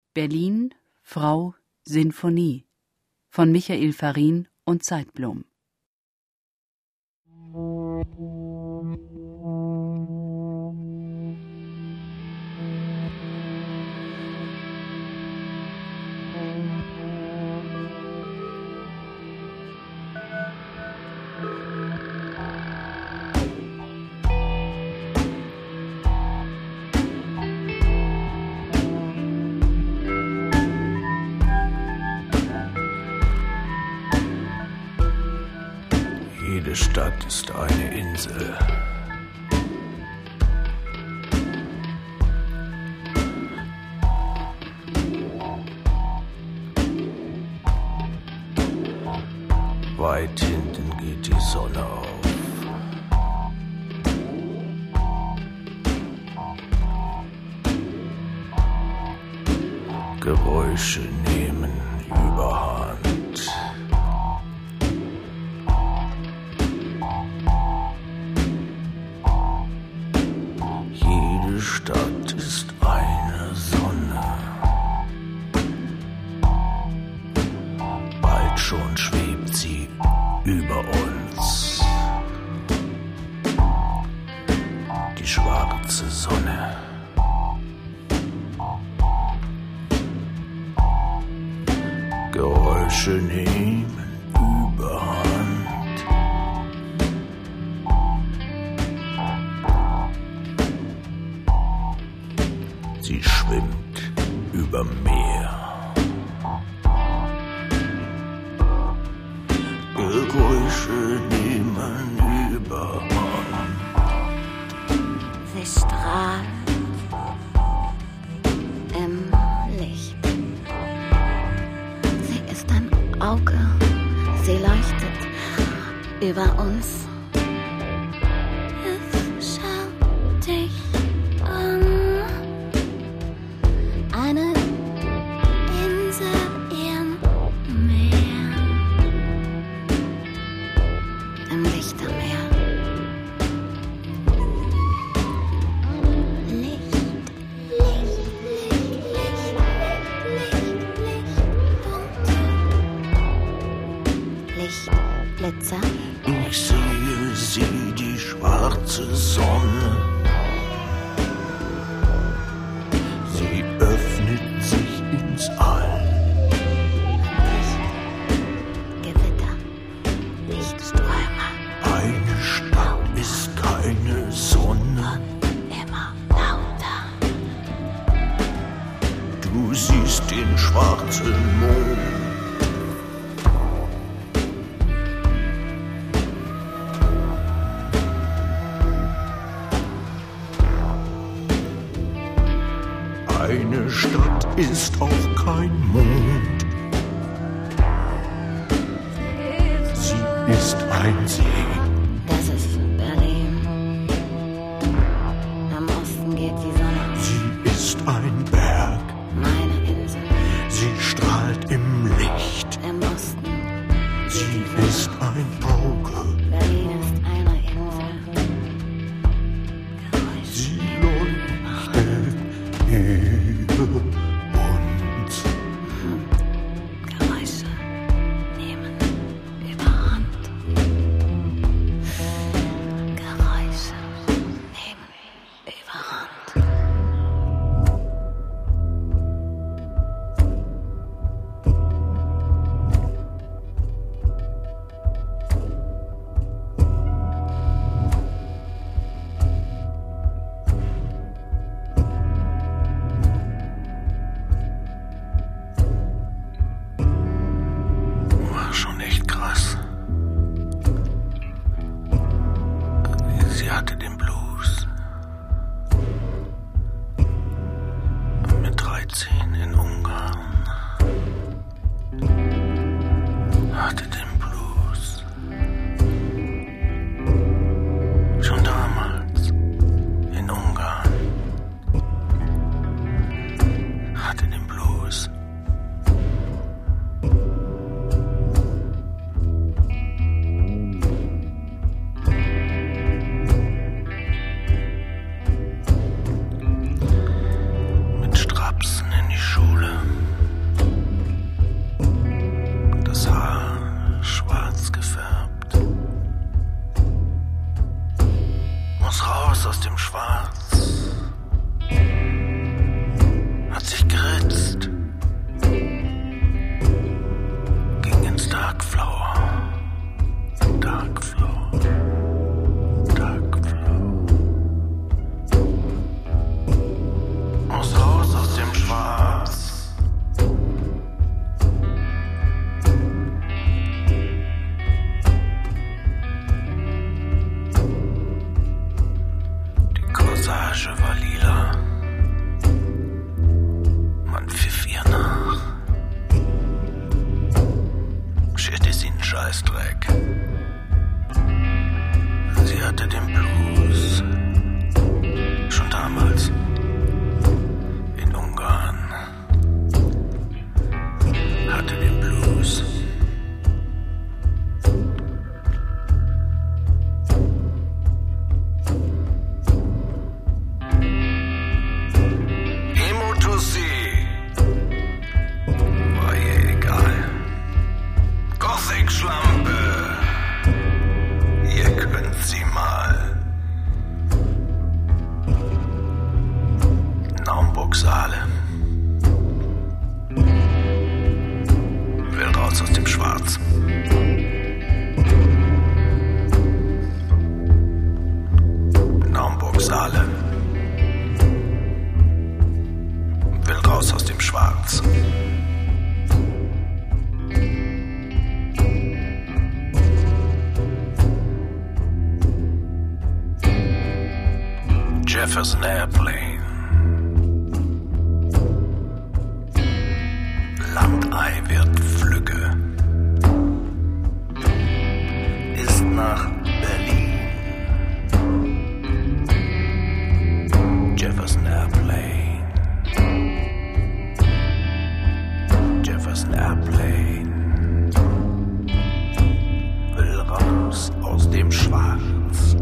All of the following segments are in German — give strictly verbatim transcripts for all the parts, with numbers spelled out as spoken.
Berlin, Frau, Sinfonie von Michael Farin und Zeitblom. Jede Stadt ist eine Insel. Weit hinten geht die Sonne auf. Geräusche nehmen Überhand. Jede Stadt ist eine Sonne. Bald schon schwebt sie über uns. Die schwarze Sonne. Geräusche nehmen Überhand. Sie schwimmt über Meer. Geräusche nehmen Überhand. Sie strahlt im Licht. Sie ist ein Auge, sie leuchtet über uns. Es schaut dich an. Eine Insel im Meer, im Lichtermeer. Licht, Licht, Licht, Licht, Licht, Licht, Licht, Blitzer. Ich sehe sie, die schwarze Sonne. Sie öffnet sich ins All. Gewitter, Lichtströme. Eine Stadt ist keine Sonne. Immer lauter. Du siehst den schwarzen Mond. Eine Stadt ist auch kein Mond. Sie ist ein See. Das ist Berlin. Am Osten geht die Sonne auf. Sie ist ein Berg. Meine Insel. Sie strahlt im Licht. Im Osten geht Sie die Sonne ist auf. ein Auge. Berlin ist eine Insel. Geräusche. Sie leuchtet über uns. Geräusche nehmen Überhand. Geräusche nehmen Überhand. War schon echt krass. Sie hatte den Blues. Mit dreizehn in Ungarn. Hatte den Blues. Schon damals in Ungarn. Hatte den Blues. Mit Strapsen in die Schule. Angst ging ins Darkflow. Darkflow. Darkflow. Muss raus aus dem Schwarz. Die Corsage war lila. Man pfiff ihr nach. Scherte sie einen Scheißdreck. Sie hatte den Blues. Schon damals. In Ungarn. Hatte den Blues. Emotussi. War ihr egal. Gothic-Schlampe. Ihr könnt sie mal. Naumburg-Saale. Will raus aus dem Schwarz. Naumburg-Saale. Will raus aus dem Schwarz. Jefferson Airplane. Landei wird Flügge. Ist nach Berlin. Jefferson Airplane. Jefferson Airplane. Will raus aus dem Schwarz.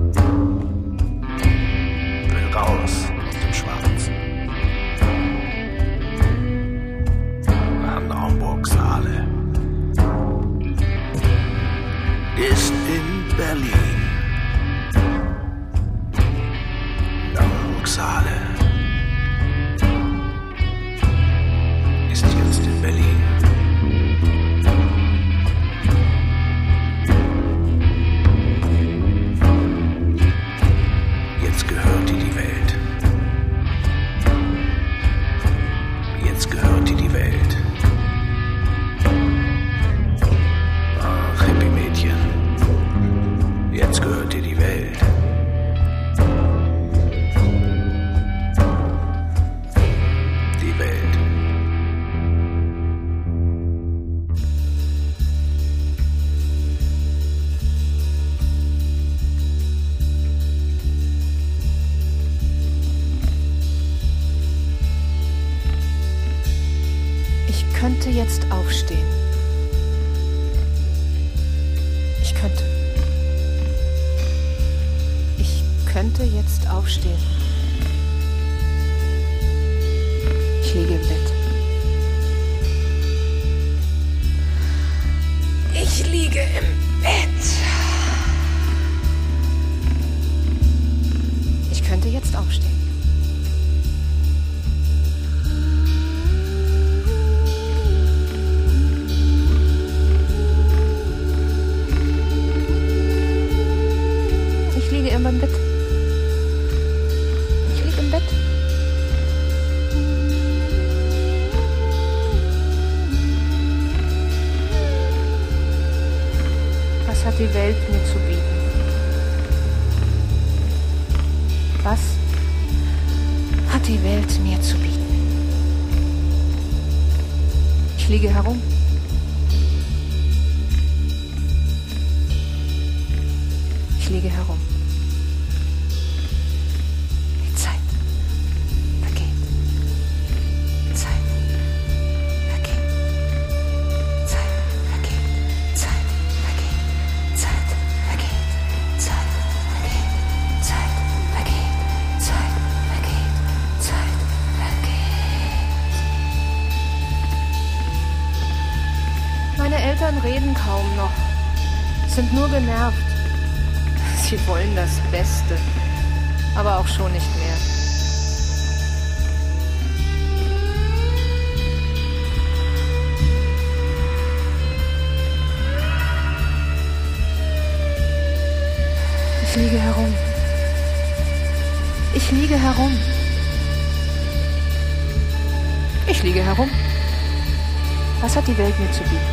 Will raus aus dem Schwarz. An Naumburg-Saale. Ist in Berlin. Naumburg-Saale. Ist jetzt in Berlin. Jetzt gehört ihr die Welt. Jetzt gehört ihr die Welt. Ach, Hippie-Mädchen. Jetzt gehört ihr die Welt. Die Welt. Ich könnte jetzt aufstehen. Ich könnte. Ich könnte jetzt aufstehen. Ich liege im Bett. Ich liege im Bett. Ich könnte jetzt aufstehen. Ich liege immer im Bett. Ich liege im Bett. Was hat die Welt mir zu bieten? Was hat die Welt mir zu bieten? Ich liege herum. Ich liege herum. Die Zeit vergeht. Zeit vergeht. Zeit vergeht. Zeit vergeht. Zeit vergeht. Zeit vergeht. Zeit vergeht. Zeit vergeht. Zeit vergeht. Meine Eltern reden kaum noch, sind nur genervt. Sie wollen das Beste, aber auch schon nicht mehr. herum. Ich liege herum. Was hat die Welt mir zu bieten?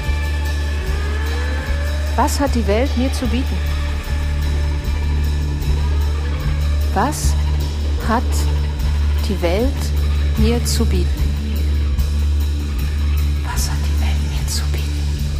Was hat die Welt mir zu bieten? Was hat die Welt mir zu bieten? Was hat die Welt mir zu bieten?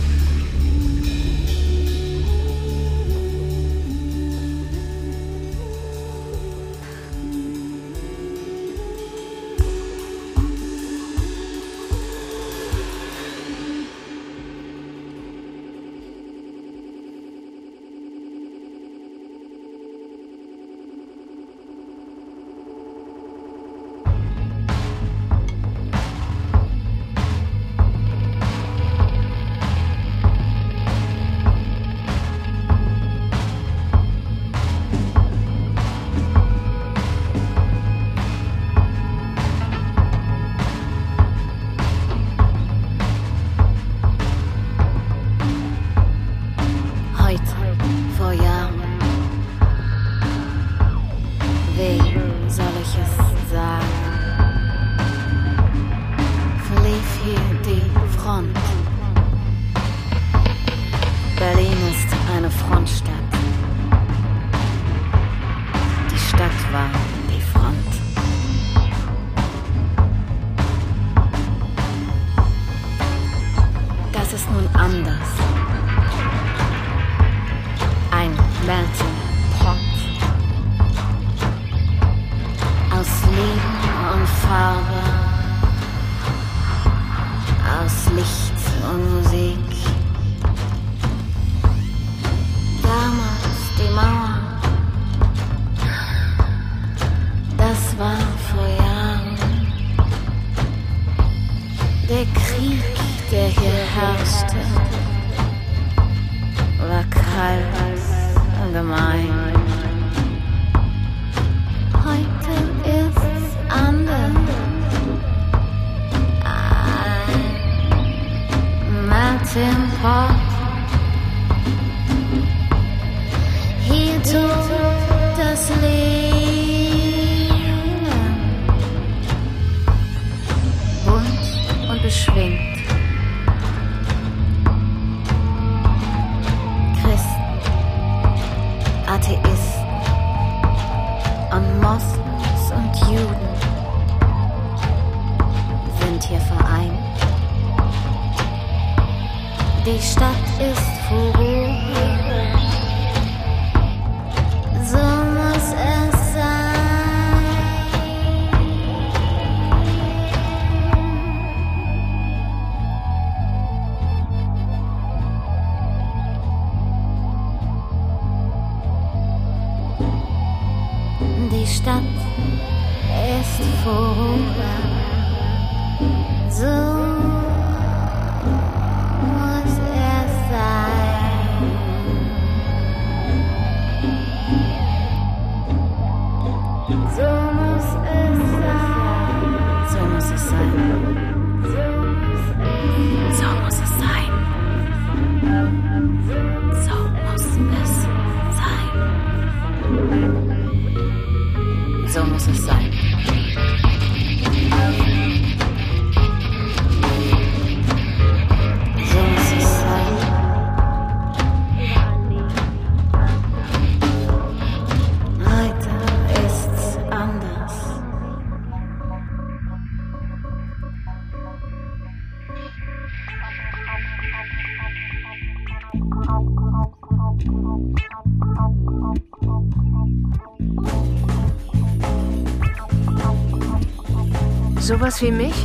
Sowas wie mich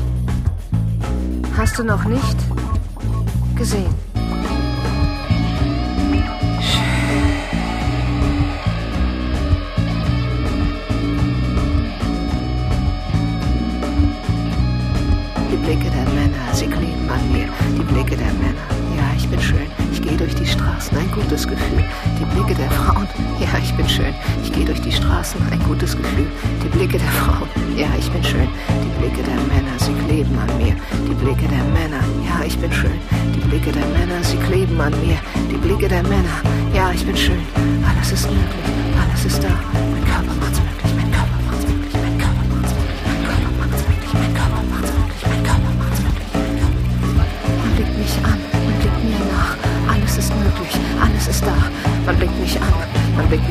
hast du noch nicht gesehen. Die Blicke der Männer, sie kleben an mir. Die Blicke der Männer, ja, ich bin schön. Ich gehe durch die Straßen, ein gutes Gefühl. Die Blicke der Frauen, ja, ich bin schön. Ich gehe durch die Straßen, ein gutes Gefühl. Die Blicke der Frauen, ja, ich bin schön. Die Blicke der Männer, sie kleben an mir. Die Blicke der Männer, ja, ich bin schön. Die Blicke der Männer, sie kleben an mir. Die Blicke der Männer, ja, ich bin schön. Alles ist möglich, alles ist da. Mein Körper macht's möglich, mein Körper macht's möglich.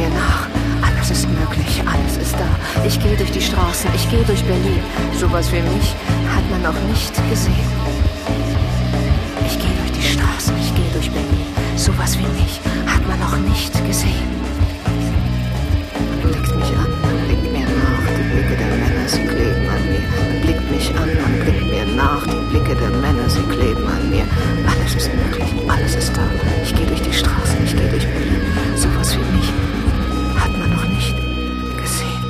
mir nach. Alles ist möglich, alles ist da. Ich gehe durch die Straßen, ich gehe durch Berlin. Sowas wie mich hat man noch nicht gesehen. Ich gehe durch die Straßen, ich gehe durch Berlin. Sowas wie mich hat man noch nicht gesehen. Man blickt mich an, man blickt mir nach. Die Blicke der Männer, sie kleben an mir. Man blickt mich an, man blickt mir nach. Die Blicke der Männer, sie kleben an mir. Alles ist möglich, alles ist da. Ich gehe durch die Straßen, ich gehe durch Berlin. Sowas wie mich hat man noch nicht gesehen.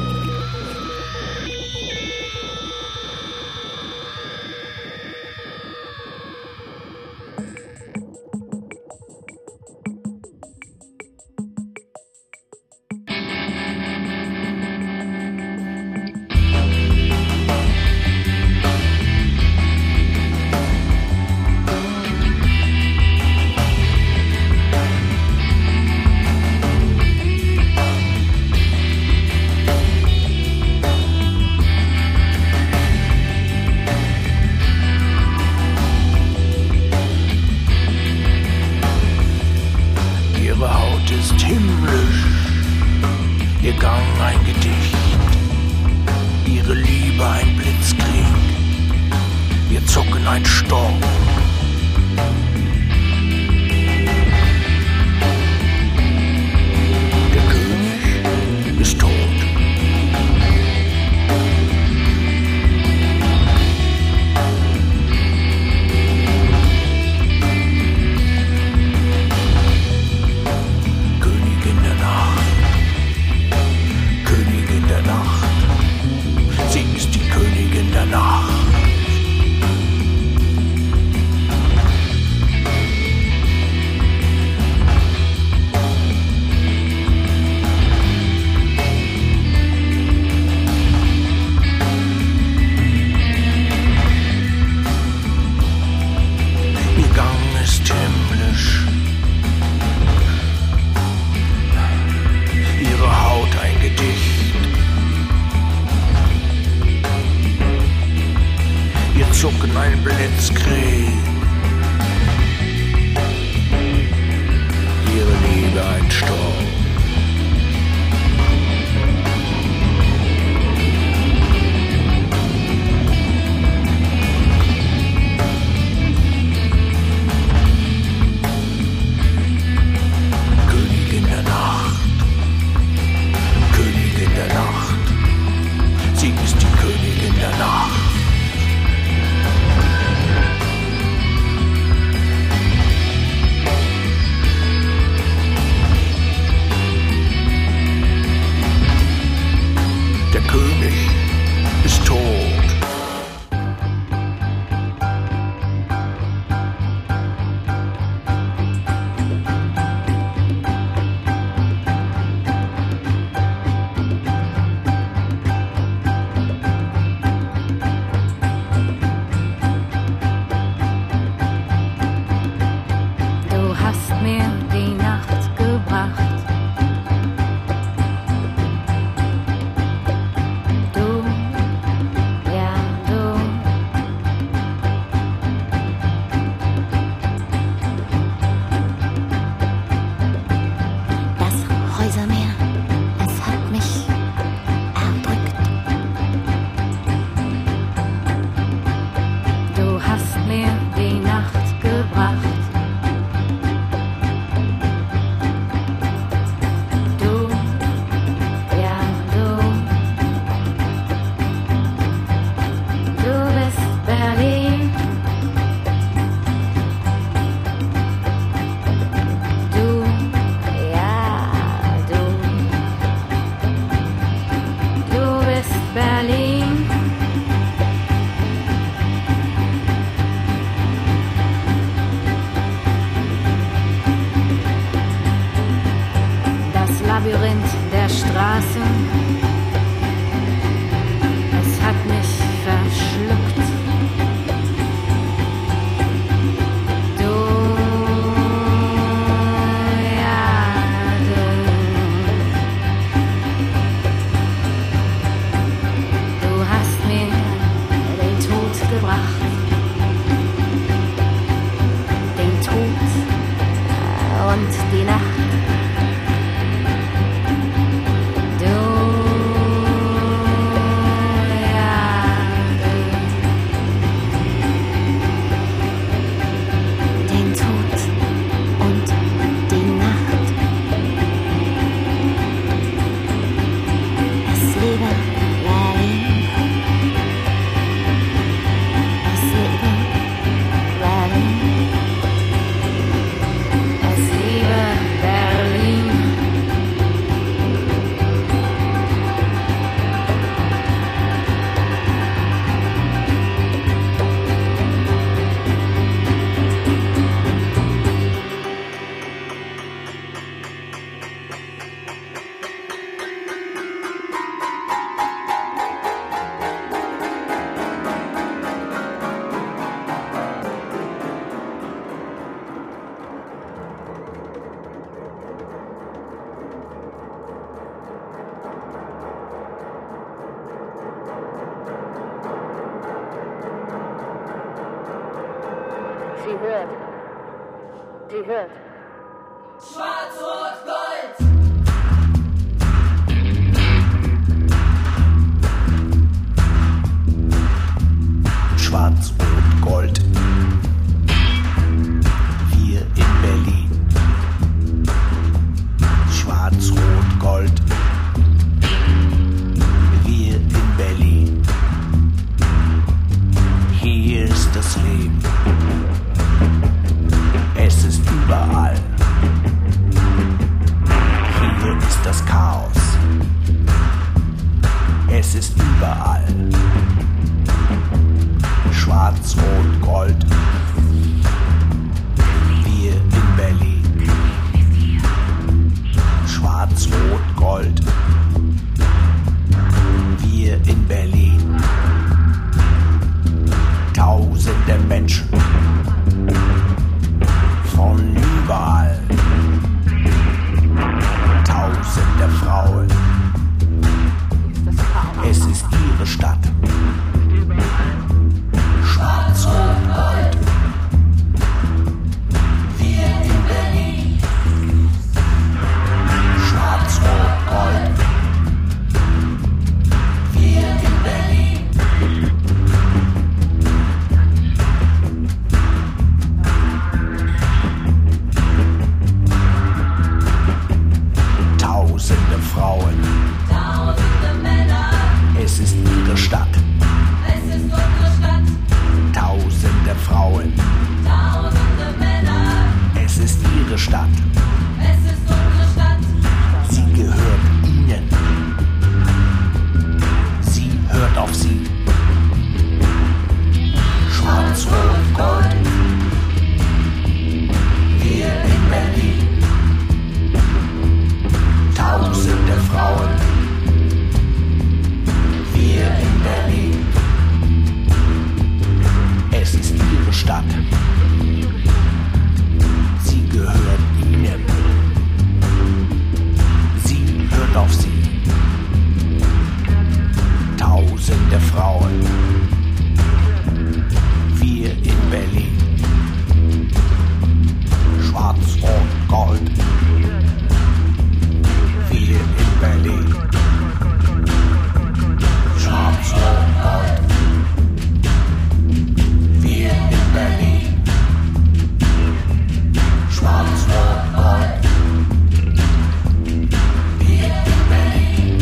und die Nacht. Sie hört. Sie hört. Schwarz-Rot-Gold! Schwarz-Rot-Gold. Wir in Berlin. Schwarz-Rot-Gold. Wir in Berlin. Hier ist das Leben. Es ist überall. Hier ist das Chaos. Es ist überall. Schwarz-Rot-Gold. Wir in Berlin. Schwarz-Rot-Gold. Wir in Berlin. Tausende Menschen. Von überall. Tausende Frauen. Es ist ihre Stadt. Schwarz-Rot-Gold. Wir in Berlin. Schwarz-Rot-Gold. Wir in Berlin. Tausende Frauen. Tausende Männer. Es ist ihre Stadt. Es ist unsere Stadt. Tausende Frauen. Tausende Männer. Es ist ihre Stadt. Es ist unsere Stadt. Sie gehört ihnen. Sie hört auf sie. Schwarz-Rot-Gold. Wir in Berlin. Tausende Frauen. Wir in Berlin. Es ist ihre Stadt. Sie gehört ihnen. Sie hört auf sie. Tausende Frauen. Wir in Berlin. Schwarz-Rot-Gold. Wir in Berlin. Schwarz-Rot-Gold. Wir in Berlin. Schwarz-Rot-Gold. Wir in Berlin.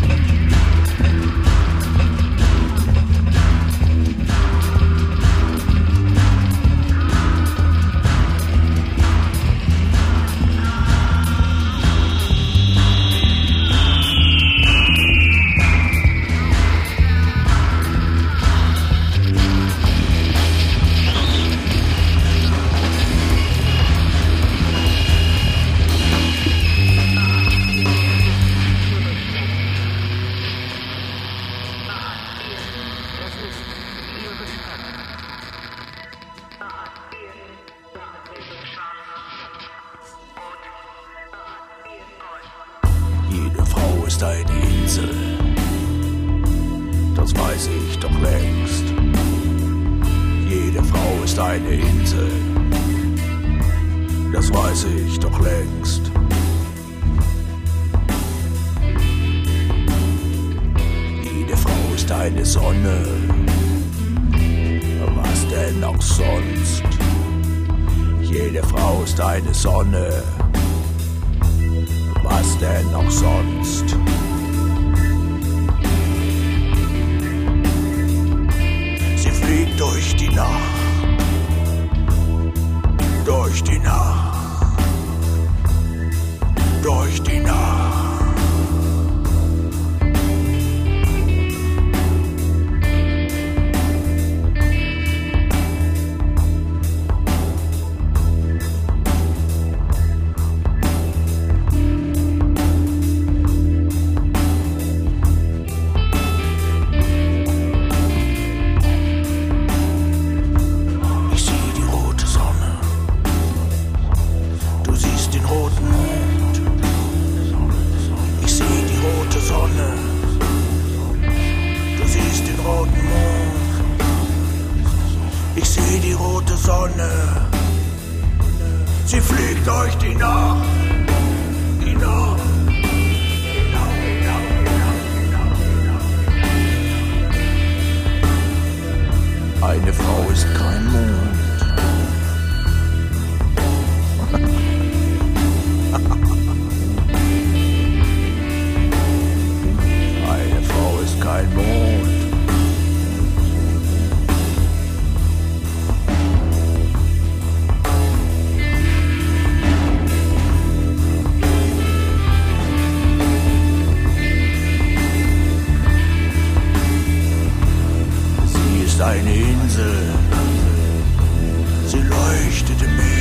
Jede Frau ist eine Insel, das weiß ich doch längst. Jede Frau ist eine Insel, das weiß ich doch längst. Jede Frau ist eine Sonne, was denn auch sonst? Jede Frau ist eine Sonne, was denn auch sonst? Sie fliegt durch die Nacht, durch die Nacht, durch die Nacht. Den roten Mond. rote Sonne. Sie fliegt euch die Nacht, die Nacht. Eine Frau ist kein Mond. Eine Frau ist kein Mond. Sie ist eine Insel. Sie leuchtet im Meer.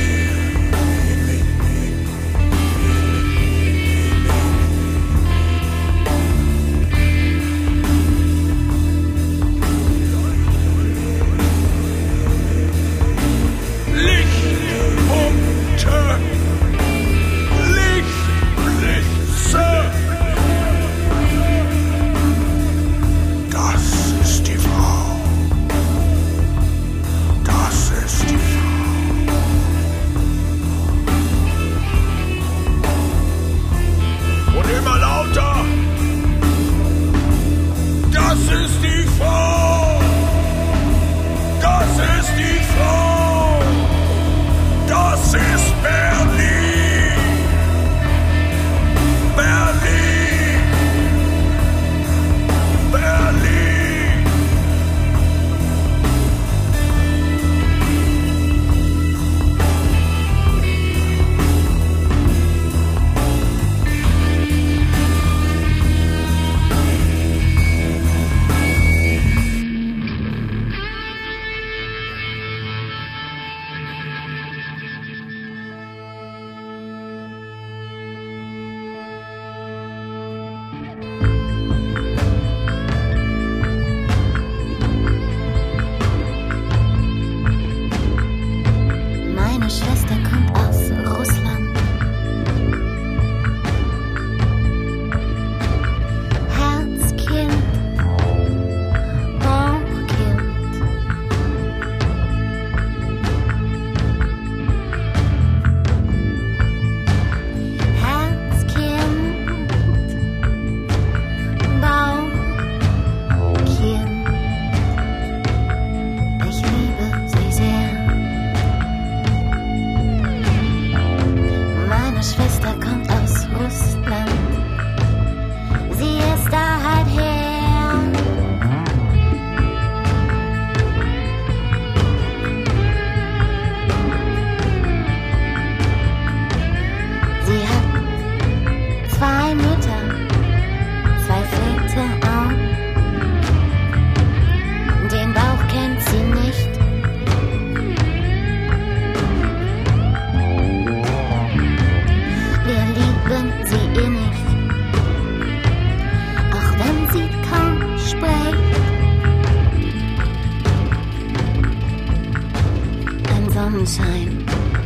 Sonnenschein.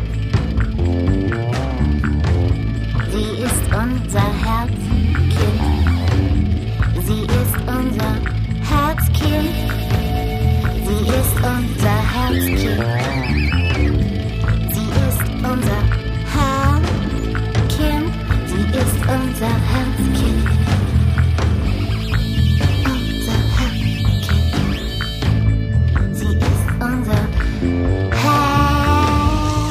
Sie ist unser Herzkind. Sie ist unser Herzkind. Sie ist unser Herzkind. Sie ist unser Herzkind. Sie ist unser Herzkind. Unser Herzkind. Sie ist unser Herzkind.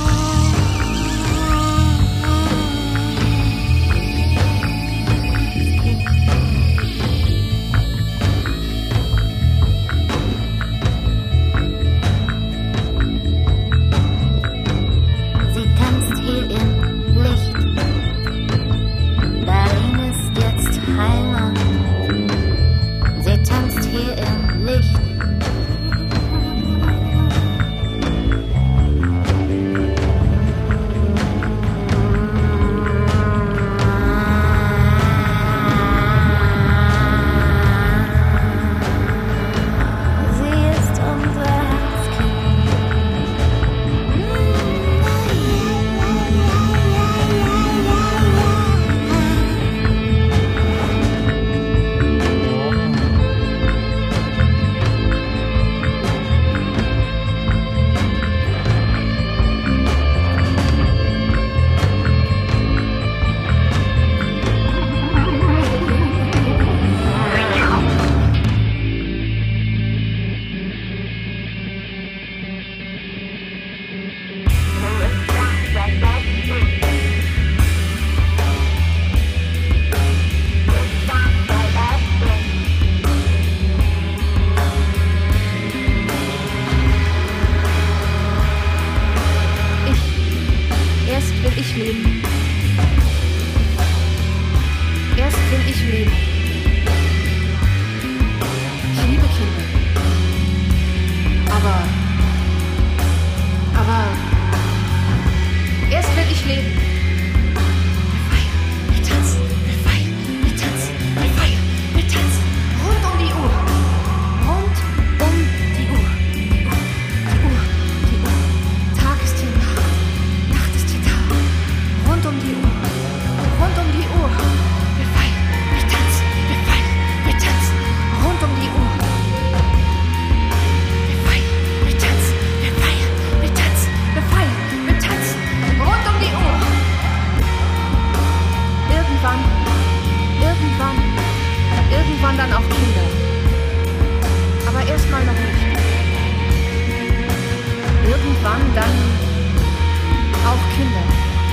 irgendwann dann auch Kinder.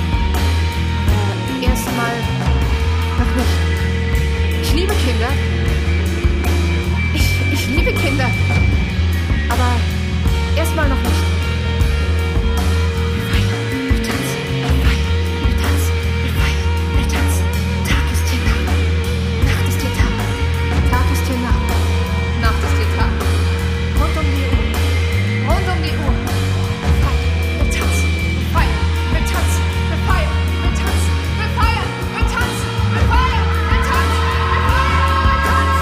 Aber erstmal noch nicht. Ich liebe Kinder. Ich, ich liebe Kinder. Aber erstmal noch nicht. Wir feiern, wir tanzen, wir feiern, wir tanzen, wir feiern, wir tanzen. Tag ist hier Nacht, Nacht ist hier Tag, Tag ist hier Nacht, Nacht ist hier Tag. Rund um die Uhr, rund um die Uhr. Wir feiern, wir tanzen, wir feiern, wir tanzen, wir feiern, wir tanzen, wir feiern, wir tanzen, wir feiern, wir tanzen, wir feiern, wir tanzen.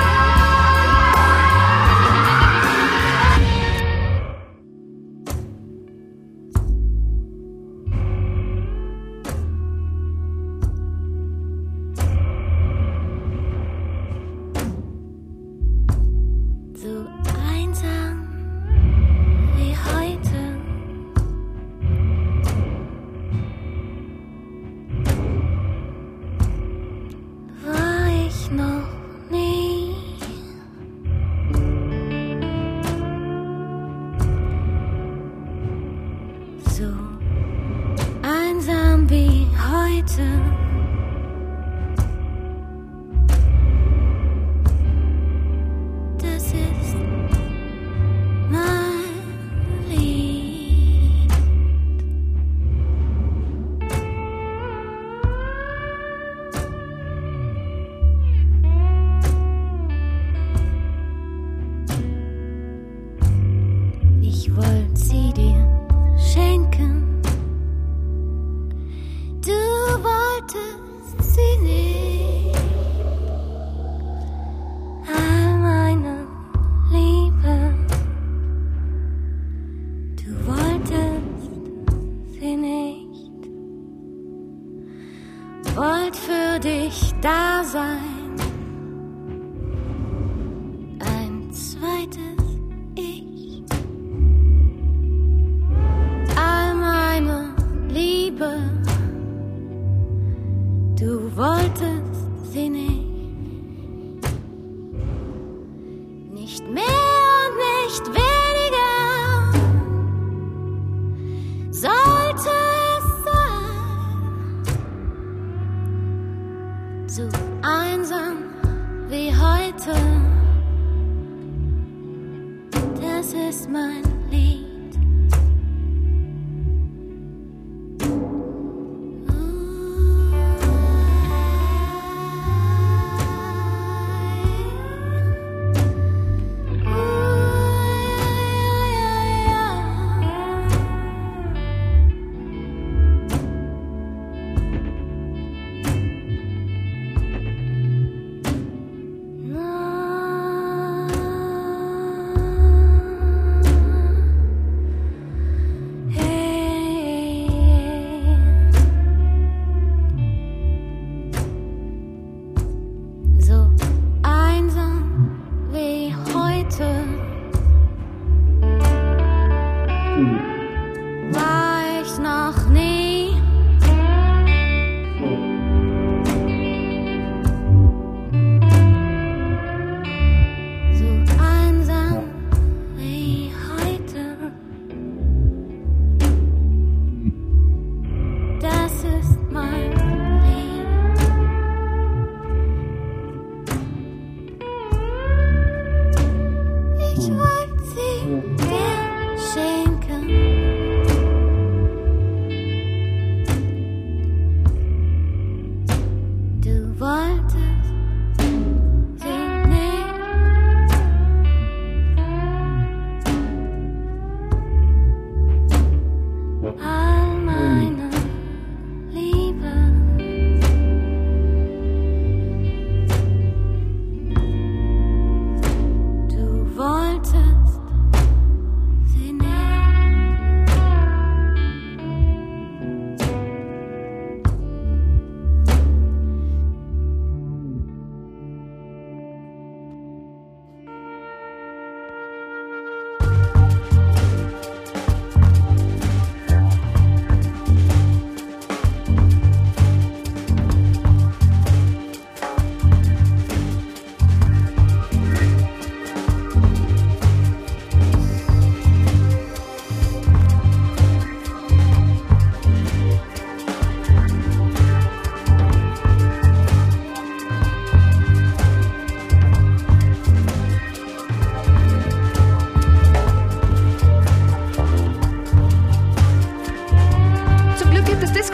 So einsam wie heute. War ich noch nie. So einsam wie heute. Das ist mein Lied. Ich wollte sie dir schenken. Du wolltest sie nicht. All meine Liebe, du wolltest sie nicht. Wollt für dich da sein. Ein zweites Ich. All meine Liebe, du wolltest sie nicht. Nicht mehr und nicht weniger sollte es sein. So einsam wie heute, das ist mein Lied. Na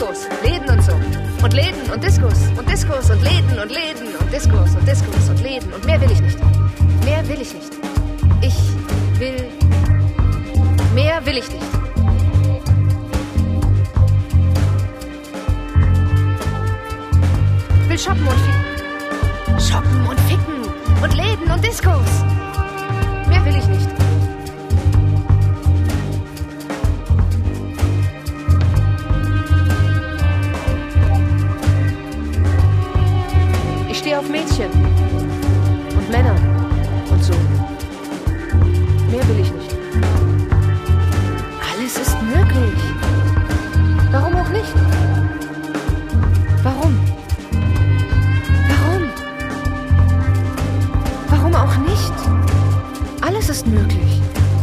Diskos, Läden und so. Und Läden und Diskos und Diskos und Läden und Läden und Diskos und Diskos und Läden. Und mehr will ich nicht. Mehr will ich nicht. Ich will... Mehr will ich nicht. Ich will shoppen und ficken. Shoppen und ficken. Und Läden und Diskos. Mehr will ich nicht. Ich stehe auf Mädchen und Männer und so. Mehr will ich nicht. Alles ist möglich. Warum auch nicht? Warum? Warum? Warum auch nicht? Alles ist möglich.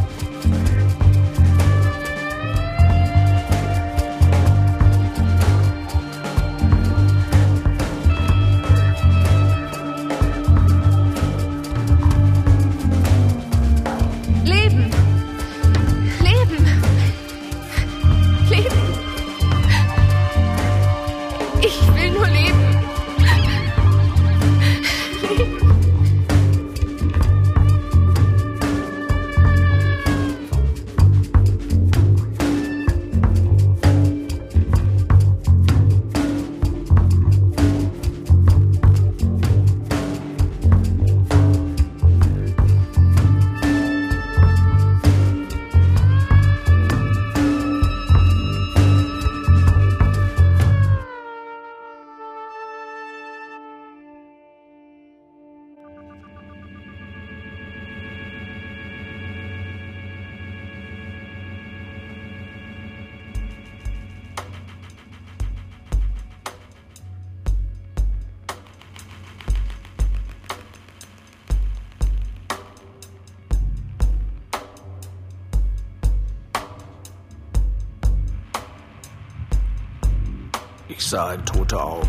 Ich sah in tote Augen.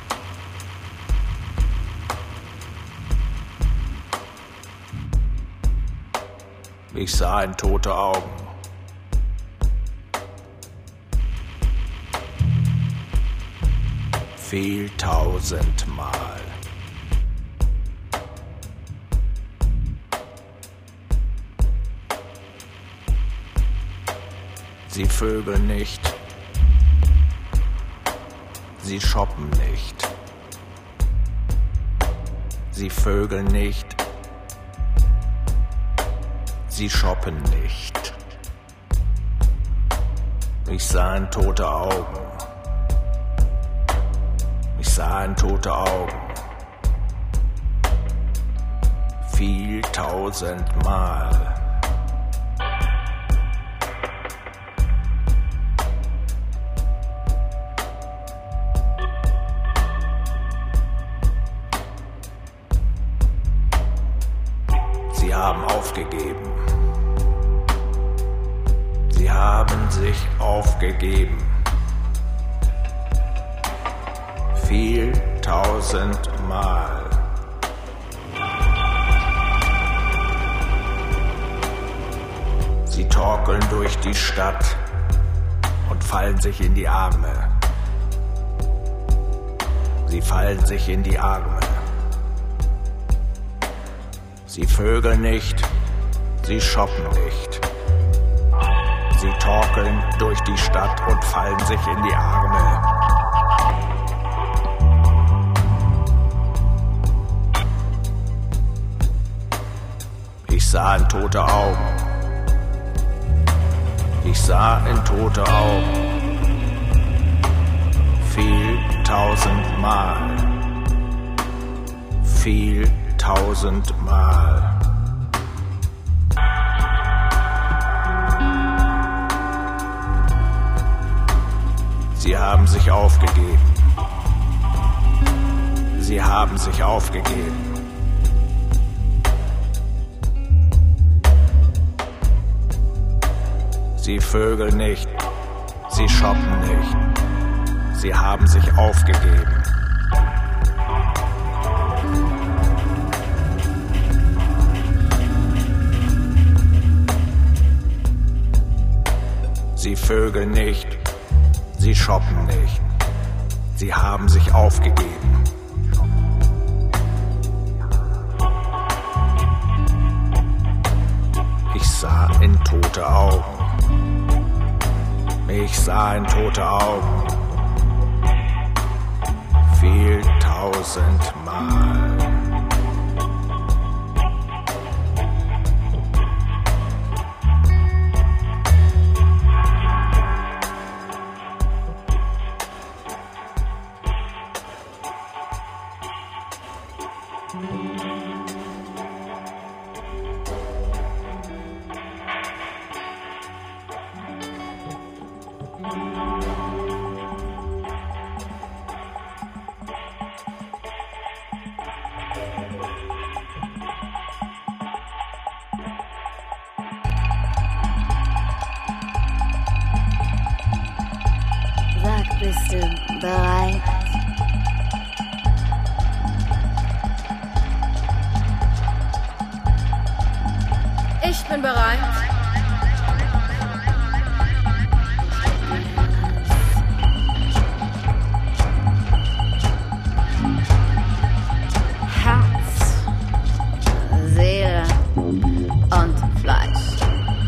Ich sah in tote Augen. Viel tausendmal. Sie vögeln nicht. Sie shoppen nicht. Sie vögeln nicht. Sie shoppen nicht. Ich sah in tote Augen. Ich sah in tote Augen. Viel tausendmal. Sie haben aufgegeben. Sie haben sich aufgegeben. Viel tausendmal. Sie torkeln durch die Stadt und fallen sich in die Arme. Sie fallen sich in die Arme. Sie vögeln nicht, sie shoppen nicht. Sie torkeln durch die Stadt und fallen sich in die Arme. Ich sah in tote Augen. Ich sah in tote Augen. Viel tausendmal. Viel tausendmal. Sie haben sich aufgegeben. Sie haben sich aufgegeben. Sie vögeln nicht. Sie shoppen nicht. Sie haben sich aufgegeben. Sie vögeln nicht. Sie shoppen nicht. Sie haben sich aufgegeben. Ich sah in tote Augen. Ich sah in tote Augen. Viel tausendmal. Sag, bist du bereit? Ich bin bereit. Herz, Seele und Fleisch.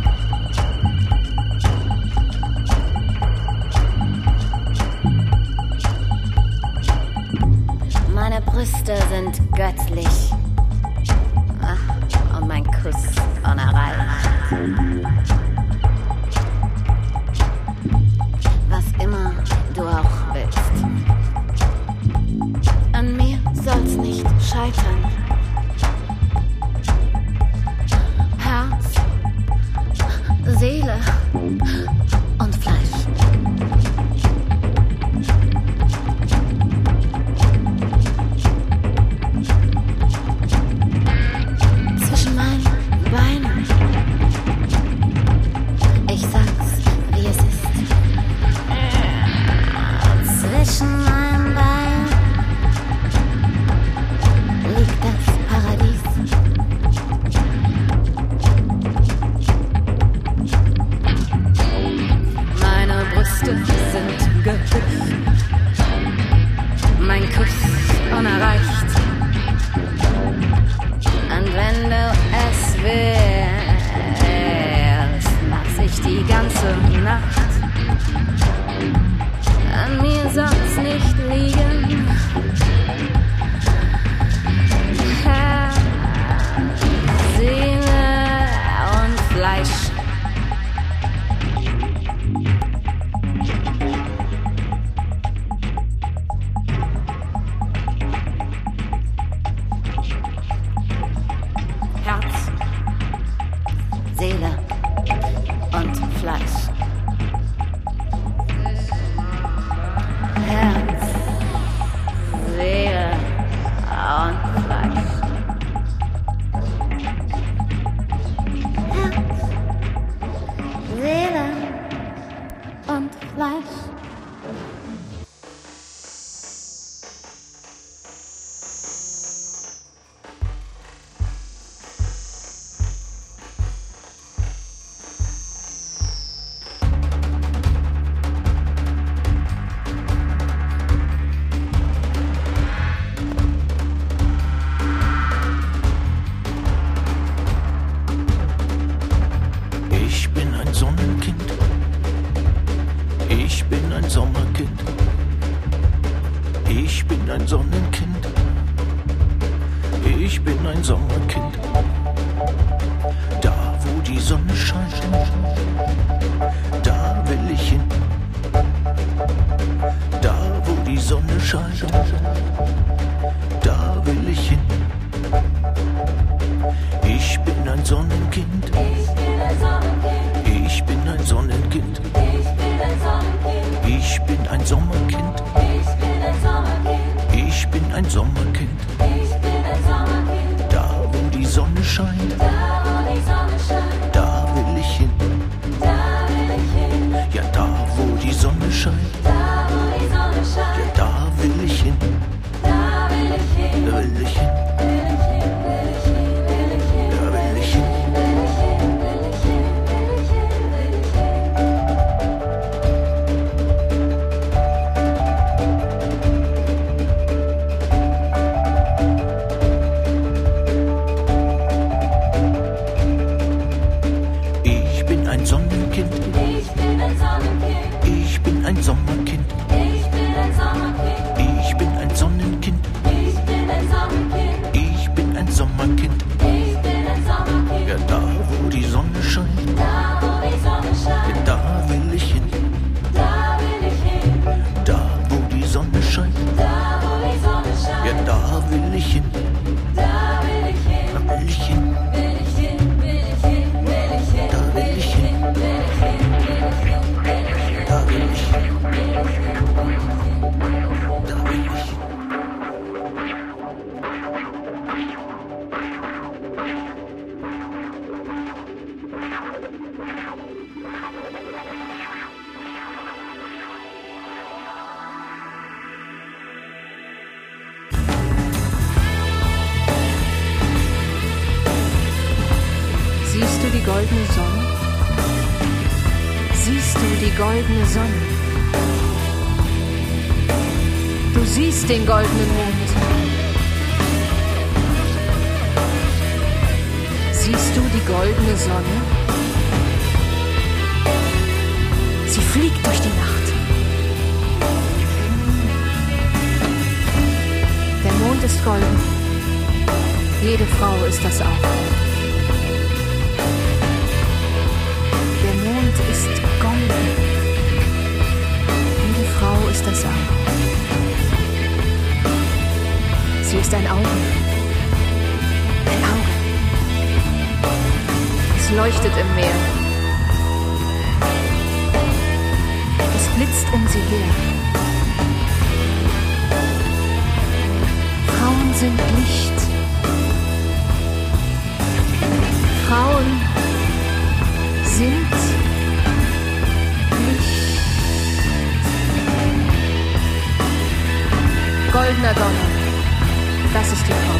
Meine Brüste sind göttlich. Ach, und mein Kuss unerreicht. Was immer du auch willst. An mir soll's nicht scheitern. Herz, Seele und Fleisch. Zwischen meinen Beinen. Ich sag's, wie es ist. Zwischen meinen Beinen liegt das Paradies. Meine Brüste sind göttlich. Mein Kuss unerreicht. Und wenn du es willst, mach ich die ganze Nacht. An mir soll's nicht liegen. Herz, Seele und Fleisch. Herz, Seele und Fleisch. Herz, Seele und Fleisch. Herz, Seele und Fleisch. Ich bin ein Sonnenkind. Ich bin ein Sommerkind. Ich bin ein Sonnenkind. Ich bin ein Sommerkind. Da, wo die Sonne scheint, da will ich hin. Da, wo die Sonne scheint, da will ich hin. Ich bin ein Sonnenkind. Ich bin ein Sonnenkind. Ich bin ein Sonnenkind. Ich bin ein Sommerkind. Ich bin ein Sommerkind. Ich bin ein Sommerkind. Da, wo die Sonne scheint, Da, wo die Sonne scheint. da will ich hin. Da will ich hin. Ja, da, wo die Sonne scheint, Da, wo die Sonne scheint. ja, da will ich hin. Da will ich hin. Da will ich hin. Will ich hin, will ich hin, will ich hin. Da will ich hin. Will ich hin, will ich hin, will ich hin, will ich hin. bin ich. Da bin ich. Siehst du die goldene Sonne? Siehst du die goldene Sonne? Du siehst den goldenen Mond. Siehst du die goldene Sonne? Sie fliegt durch die Nacht. Der Mond ist golden. Jede Frau ist das auch. Ist golden. Jede Frau ist das auch. Sie ist ein Auge. Ein Auge. Es leuchtet im Meer. Es blitzt um sie her. Frauen sind Licht. Frauen sind goldener Donner, das ist die Frau.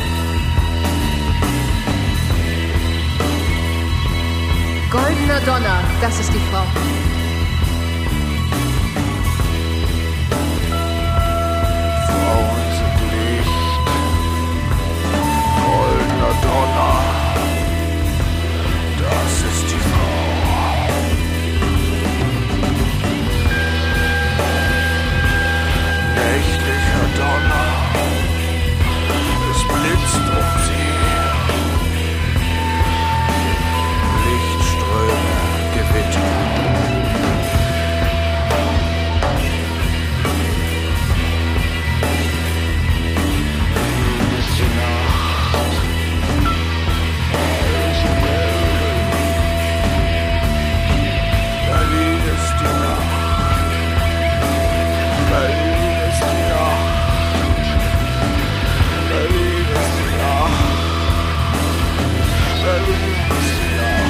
Goldener Donner, das ist die Frau. Frauen sind Licht. Goldener Donner. Das ist die Frau. Nächtlicher Donner. Es blitzt um sie. Lichtströme, Gewitter. Berlin ist die Nacht. Berlin ist die Nacht. Berlin ist die Nacht. Berlin ist die Nacht. Berlin ist die Nacht. Berlin ist die Nacht.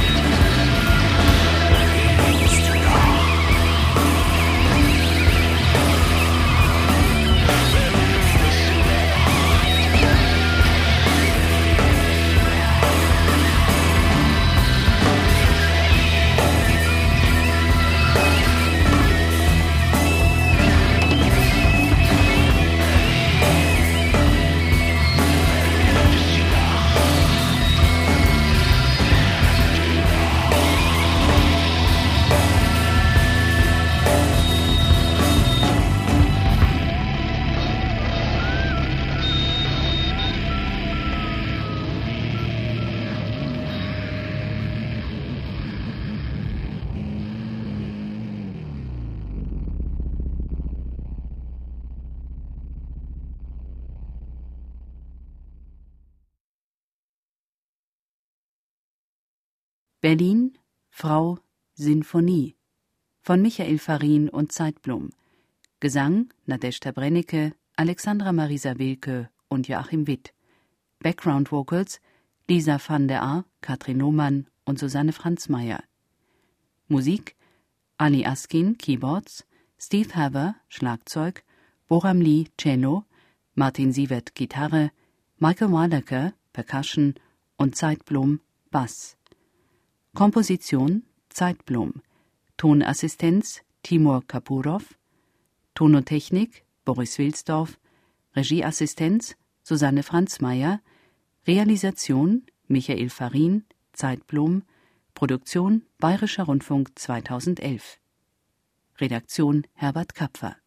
Berlin, Frau, Sinfonie von Michael Farin und Zeitblom. Gesang Nadezhda Brennecke, Alexandra Marisa Wilke und Joachim Witt. Background Vocals Lisa van der Aar, Katrin Lohmann und Susanne Franzmeier. Musik Ali Askin, Keyboards, Steve Haver, Schlagzeug, Boram Lee, Cello, Martin Sievert, Gitarre, Michael Wielacker, Percussion und Zeitblom, Bass. Komposition Zeitblom. Tonassistenz Timur Kapurov. Tonotechnik Boris Wilsdorf. Regieassistenz Susanne Franzmeier. Realisation Michael Farin, Zeitblom. Produktion Bayerischer Rundfunk zweitausendelf. Redaktion Herbert Kapfer.